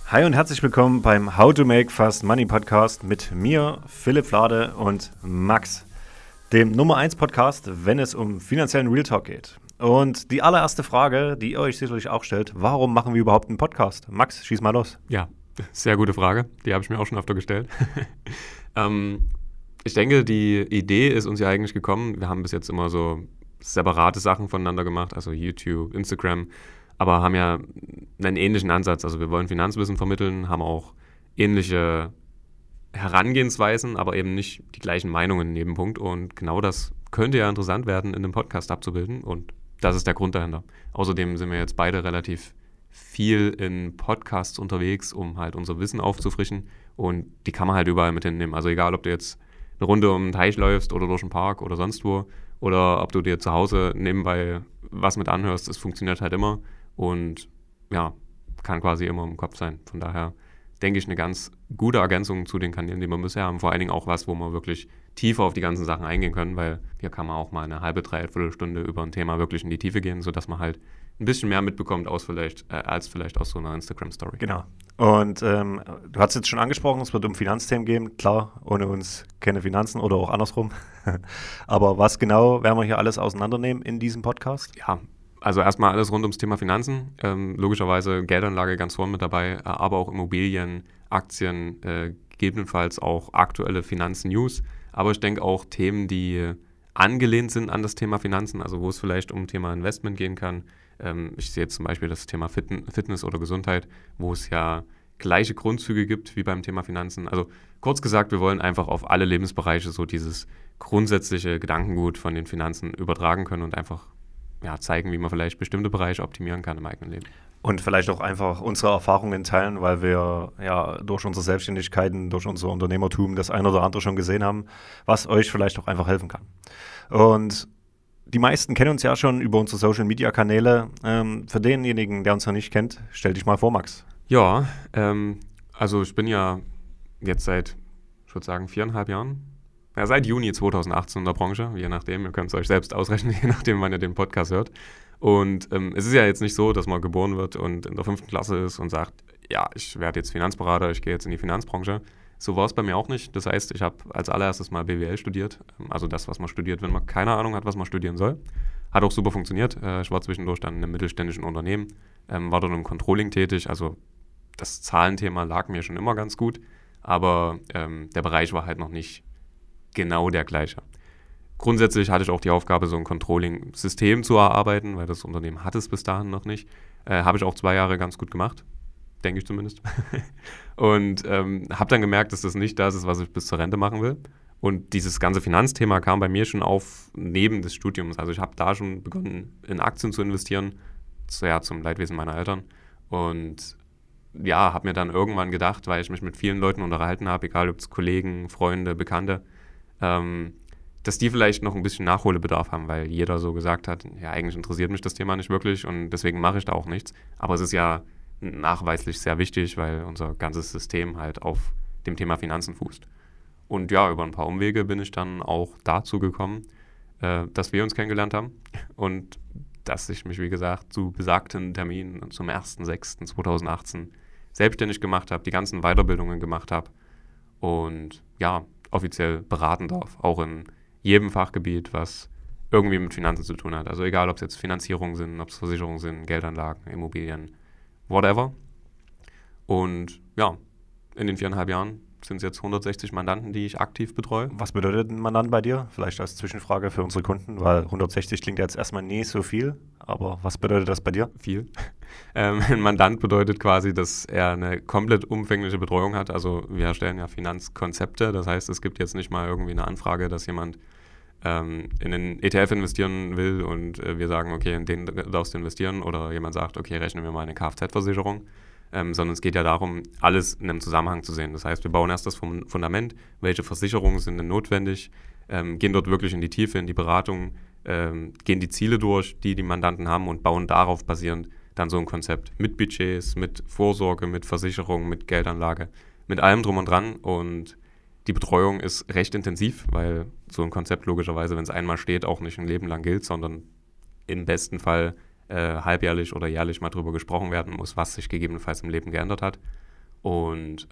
Hi und herzlich willkommen beim How to Make Fast Money Podcast mit mir, Philipp Flade und Max, dem Nummer 1 Podcast, wenn es um finanziellen Real Talk geht. Und die allererste Frage, die ihr euch sicherlich auch stellt, warum machen wir überhaupt einen Podcast? Max, schieß mal los. Ja, sehr gute Frage. Die habe ich mir auch schon öfter gestellt. Ich denke, die Idee ist uns ja eigentlich gekommen. Wir haben bis jetzt immer so separate Sachen voneinander gemacht, also YouTube, Instagram, aber haben ja einen ähnlichen Ansatz. Also wir wollen Finanzwissen vermitteln, haben auch ähnliche Herangehensweisen, aber eben nicht die gleichen Meinungen in jedem Punkt. Und genau das könnte ja interessant werden, in einem Podcast abzubilden. Und das ist der Grund dahinter. Außerdem sind wir jetzt beide relativ viel in Podcasts unterwegs, um halt unser Wissen aufzufrischen. Und die kann man halt überall mit hinnehmen. Also egal, ob du jetzt eine Runde um den Teich läufst oder durch den Park oder sonst wo, oder ob du dir zu Hause nebenbei was mit anhörst, es funktioniert halt immer und ja, kann quasi immer im Kopf sein. Von daher denke ich, eine ganz gute Ergänzung zu den Kanälen, die wir bisher haben. Vor allen Dingen auch was, wo wir wirklich tiefer auf die ganzen Sachen eingehen können, weil hier kann man auch mal eine halbe, dreiviertel Stunde über ein Thema wirklich in die Tiefe gehen, sodass man halt ein bisschen mehr mitbekommt als vielleicht aus so einer Instagram-Story. Genau. Und du hast jetzt schon angesprochen, es wird um Finanzthemen gehen. Klar, ohne uns keine Finanzen oder auch andersrum. Aber was genau werden wir hier alles auseinandernehmen in diesem Podcast? Ja, also erstmal alles rund ums Thema Finanzen. Logischerweise Geldanlage ganz vorne mit dabei, aber auch Immobilien, Aktien, gegebenenfalls auch aktuelle Finanzen-News. Aber ich denke auch Themen, die angelehnt sind an das Thema Finanzen, also wo es vielleicht um Thema Investment gehen kann. Ich sehe jetzt zum Beispiel das Thema Fitness oder Gesundheit, wo es ja gleiche Grundzüge gibt wie beim Thema Finanzen. Also kurz gesagt, wir wollen einfach auf alle Lebensbereiche so dieses grundsätzliche Gedankengut von den Finanzen übertragen können und einfach zeigen, wie man vielleicht bestimmte Bereiche optimieren kann im eigenen Leben. Und vielleicht auch einfach unsere Erfahrungen teilen, weil wir ja durch unsere Selbstständigkeiten, durch unser Unternehmertum das ein oder andere schon gesehen haben, was euch vielleicht auch einfach helfen kann. Und die meisten kennen uns ja schon über unsere Social-Media-Kanäle. Für denjenigen, der uns noch nicht kennt, stell dich mal vor, Max. Ja, also ich bin ja jetzt seit, ich würde sagen, 4,5 Jahren, seit Juni 2018 in der Branche, je nachdem, ihr könnt es euch selbst ausrechnen, je nachdem, wann ihr den Podcast hört. Und es ist ja jetzt nicht so, dass man geboren wird und in der 5. Klasse ist und sagt, ja, ich werde jetzt Finanzberater, ich gehe jetzt in die Finanzbranche. So war es bei mir auch nicht. Das heißt, ich habe als allererstes mal BWL studiert, also das, was man studiert, wenn man keine Ahnung hat, was man studieren soll. Hat auch super funktioniert. Ich war zwischendurch dann in einem mittelständischen Unternehmen, war dort im Controlling tätig, also das Zahlenthema lag mir schon immer ganz gut, aber der Bereich war halt noch nicht genau der gleiche. Grundsätzlich hatte ich auch die Aufgabe, so ein Controlling-System zu erarbeiten, weil das Unternehmen hat es bis dahin noch nicht. Habe ich auch 2 Jahre ganz gut gemacht, denke ich zumindest. Und habe dann gemerkt, dass das nicht das ist, was ich bis zur Rente machen will. Und dieses ganze Finanzthema kam bei mir schon auf neben des Studiums. Also ich habe da schon begonnen, in Aktien zu investieren, zum Leidwesen meiner Eltern. Und ja, habe mir dann irgendwann gedacht, weil ich mich mit vielen Leuten unterhalten habe, egal ob es Kollegen, Freunde, Bekannte, dass die vielleicht noch ein bisschen Nachholbedarf haben, weil jeder so gesagt hat, ja, eigentlich interessiert mich das Thema nicht wirklich und deswegen mache ich da auch nichts. Aber es ist ja nachweislich sehr wichtig, weil unser ganzes System halt auf dem Thema Finanzen fußt. Und ja, über ein paar Umwege bin ich dann auch dazu gekommen, dass wir uns kennengelernt haben und dass ich mich, wie gesagt, zu besagten Termin zum 1.6.2018 selbstständig gemacht habe, die ganzen Weiterbildungen gemacht habe und ja, offiziell beraten darf, auch in jedem Fachgebiet, was irgendwie mit Finanzen zu tun hat. Also egal, ob es jetzt Finanzierung sind, ob es Versicherungen sind, Geldanlagen, Immobilien, whatever. Und ja, in den 4,5 Jahren sind es jetzt 160 Mandanten, die ich aktiv betreue. Was bedeutet ein Mandant bei dir? Vielleicht als Zwischenfrage für unsere Kunden, weil 160 klingt jetzt erstmal nie so viel, aber was bedeutet das bei dir? Viel. Ein Mandant bedeutet quasi, dass er eine komplett umfängliche Betreuung hat. Also wir erstellen ja Finanzkonzepte, das heißt, es gibt jetzt nicht mal irgendwie eine Anfrage, dass jemand in einen ETF investieren will und wir sagen, okay, in den darfst du investieren oder jemand sagt, okay, rechnen wir mal eine Kfz-Versicherung. Sondern es geht ja darum, alles in einem Zusammenhang zu sehen. Das heißt, wir bauen erst das Fundament, welche Versicherungen sind denn notwendig, gehen dort wirklich in die Tiefe, in die Beratung, gehen die Ziele durch, die die Mandanten haben und bauen darauf basierend dann so ein Konzept mit Budgets, mit Vorsorge, mit Versicherung, mit Geldanlage, mit allem drum und dran. Und die Betreuung ist recht intensiv, weil so ein Konzept logischerweise, wenn es einmal steht, auch nicht ein Leben lang gilt, sondern im besten Fall halbjährlich oder jährlich mal drüber gesprochen werden muss, was sich gegebenenfalls im Leben geändert hat. Und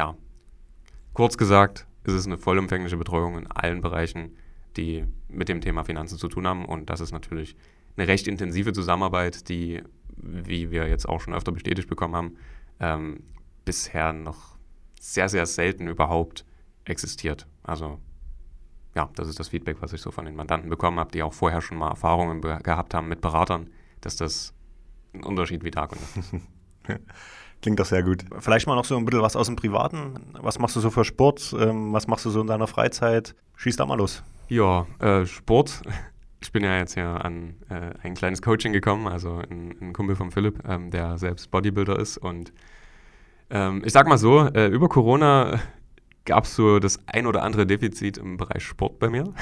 kurz gesagt, ist es eine vollumfängliche Betreuung in allen Bereichen, die mit dem Thema Finanzen zu tun haben. Und das ist natürlich eine recht intensive Zusammenarbeit, die, wie wir jetzt auch schon öfter bestätigt bekommen haben, bisher noch sehr, sehr selten überhaupt existiert. Also ja, das ist das Feedback, was ich so von den Mandanten bekommen habe, die auch vorher schon mal Erfahrungen gehabt haben mit Beratern, dass das ein Unterschied wie Tag und Nacht. Klingt doch sehr gut. Vielleicht mal noch so ein bisschen was aus dem Privaten. Was machst du so für Sport? Was machst du so in deiner Freizeit? Schieß da mal los. Ja, Sport. Ich bin ja jetzt hier an ein kleines Coaching gekommen, also ein Kumpel von Philipp, der selbst Bodybuilder ist. Und ich sag mal so, über Corona gab es so das ein oder andere Defizit im Bereich Sport bei mir.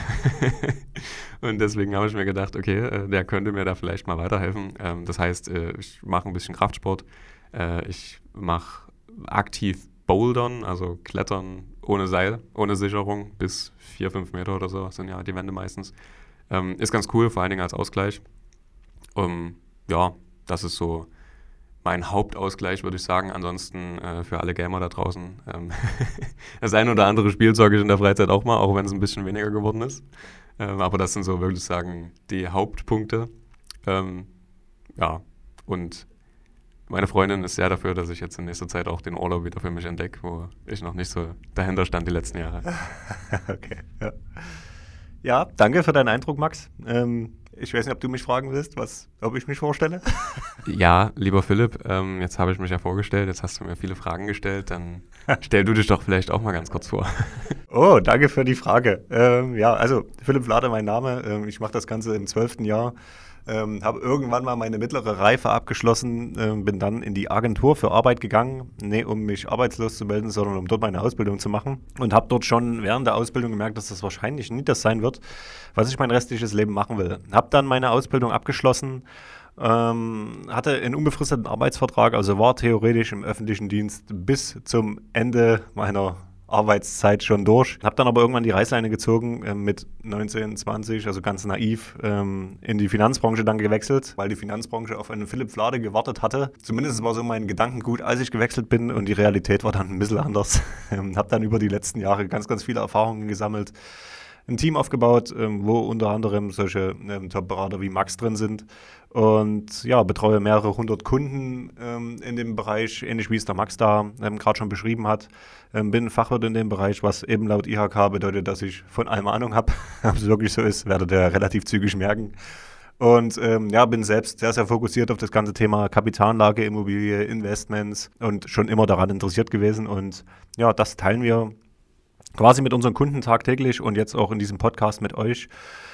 Und deswegen habe ich mir gedacht, okay, der könnte mir da vielleicht mal weiterhelfen. Das heißt, ich mache ein bisschen Kraftsport. Ich mache aktiv Bouldern, also Klettern ohne Seil, ohne Sicherung, bis 4-5 Meter oder so sind ja die Wände meistens. Ist ganz cool, vor allen Dingen als Ausgleich. Ja, das ist so mein Hauptausgleich, würde ich sagen. Ansonsten für alle Gamer da draußen das ein oder andere Spiel zocke ich in der Freizeit auch mal, auch wenn es ein bisschen weniger geworden ist. Aber das sind so, würde ich sagen, die Hauptpunkte. Ja, und meine Freundin ist sehr dafür, dass ich jetzt in nächster Zeit auch den Urlaub wieder für mich entdecke, wo ich noch nicht so dahinter stand die letzten Jahre. Okay, ja. Ja, danke für deinen Eindruck, Max. Ich weiß nicht, ob du mich fragen willst, ob ich mich vorstelle. Ja, lieber Philipp, jetzt habe ich mich ja vorgestellt, jetzt hast du mir viele Fragen gestellt, dann stell du dich doch vielleicht auch mal ganz kurz vor. Oh, danke für die Frage. Ja, also Philipp Vlade mein Name. Ich mache das Ganze im 12. Jahr. Habe irgendwann mal meine mittlere Reife abgeschlossen, bin dann in die Agentur für Arbeit gegangen, um mich arbeitslos zu melden, sondern um dort meine Ausbildung zu machen und habe dort schon während der Ausbildung gemerkt, dass das wahrscheinlich nie das sein wird, was ich mein restliches Leben machen will. Habe dann meine Ausbildung abgeschlossen, hatte einen unbefristeten Arbeitsvertrag, also war theoretisch im öffentlichen Dienst bis zum Ende meiner Arbeitszeit schon durch. Habe dann aber irgendwann die Reißleine gezogen, mit 19, 20, also ganz naiv, in die Finanzbranche dann gewechselt, weil die Finanzbranche auf einen Philipp Vlade gewartet hatte. Zumindest war so mein Gedankengut, als ich gewechselt bin, und die Realität war dann ein bisschen anders. Habe dann über die letzten Jahre ganz, ganz viele Erfahrungen gesammelt, ein Team aufgebaut, wo unter anderem solche Top-Berater wie Max drin sind, und ja, betreue mehrere hundert Kunden in dem Bereich, ähnlich wie es der Max da gerade schon beschrieben hat. Bin Fachwirt in dem Bereich, was eben laut IHK bedeutet, dass ich von allem Ahnung habe. Ob es wirklich so ist, werdet ihr relativ zügig merken. Und ja, bin selbst sehr, sehr fokussiert auf das ganze Thema Kapitalanlage, Immobilie, Investments und schon immer daran interessiert gewesen. Und ja, das teilen wir quasi mit unseren Kunden tagtäglich und jetzt auch in diesem Podcast mit euch.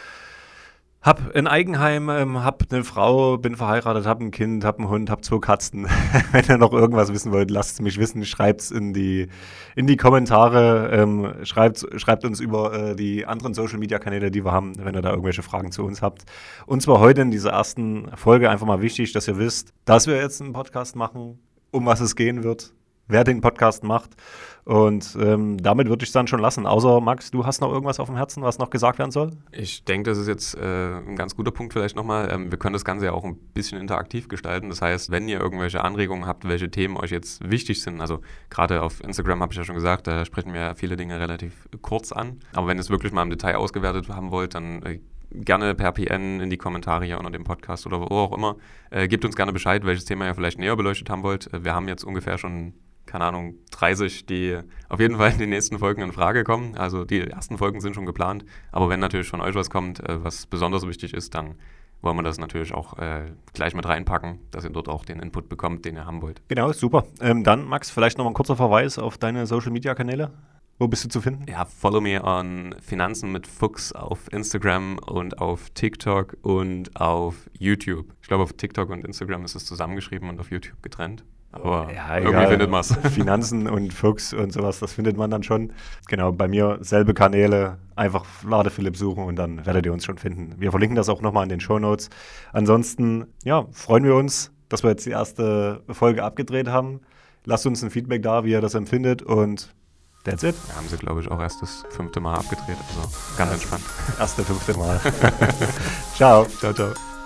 Hab ein Eigenheim, hab eine Frau, bin verheiratet, hab ein Kind, hab einen Hund, hab 2 Katzen. Wenn ihr noch irgendwas wissen wollt, lasst es mich wissen, schreibt's in die Kommentare, schreibt uns über die anderen Social-Media-Kanäle, die wir haben, wenn ihr da irgendwelche Fragen zu uns habt. Und zwar heute in dieser ersten Folge einfach mal wichtig, dass ihr wisst, dass wir jetzt einen Podcast machen, um was es gehen wird, wer den Podcast macht. Und damit würde ich es dann schon lassen. Außer, Max, du hast noch irgendwas auf dem Herzen, was noch gesagt werden soll? Ich denke, das ist jetzt ein ganz guter Punkt vielleicht nochmal. Wir können das Ganze ja auch ein bisschen interaktiv gestalten. Das heißt, wenn ihr irgendwelche Anregungen habt, welche Themen euch jetzt wichtig sind, also gerade auf Instagram habe ich ja schon gesagt, da sprechen wir viele Dinge relativ kurz an. Aber wenn ihr es wirklich mal im Detail ausgewertet haben wollt, dann gerne per PN in die Kommentare hier unter dem Podcast oder wo auch immer. Gebt uns gerne Bescheid, welches Thema ihr vielleicht näher beleuchtet haben wollt. Wir haben jetzt ungefähr schon, keine Ahnung, 30, die auf jeden Fall in den nächsten Folgen in Frage kommen. Also die ersten Folgen sind schon geplant. Aber wenn natürlich von euch was kommt, was besonders wichtig ist, dann wollen wir das natürlich auch gleich mit reinpacken, dass ihr dort auch den Input bekommt, den ihr haben wollt. Genau, super. Dann, Max, vielleicht nochmal ein kurzer Verweis auf deine Social-Media-Kanäle. Wo bist du zu finden? Ja, follow me on Finanzen mit Fuchs auf Instagram und auf TikTok und auf YouTube. Ich glaube, auf TikTok und Instagram ist es zusammengeschrieben und auf YouTube getrennt. Aber ja, irgendwie findet man es. Finanzen und Fuchs und sowas, das findet man dann schon. Genau, bei mir selbe Kanäle, einfach Vlade Philipp suchen und dann werdet ihr uns schon finden. Wir verlinken das auch nochmal in den Shownotes. Ansonsten, ja, freuen wir uns, dass wir jetzt die erste Folge abgedreht haben. Lasst uns ein Feedback da, wie ihr das empfindet, und that's it. Wir haben sie, glaube ich, auch erst das 5. Mal abgedreht, also ganz entspannt. Erste 5. Mal. Ciao. Ciao, ciao.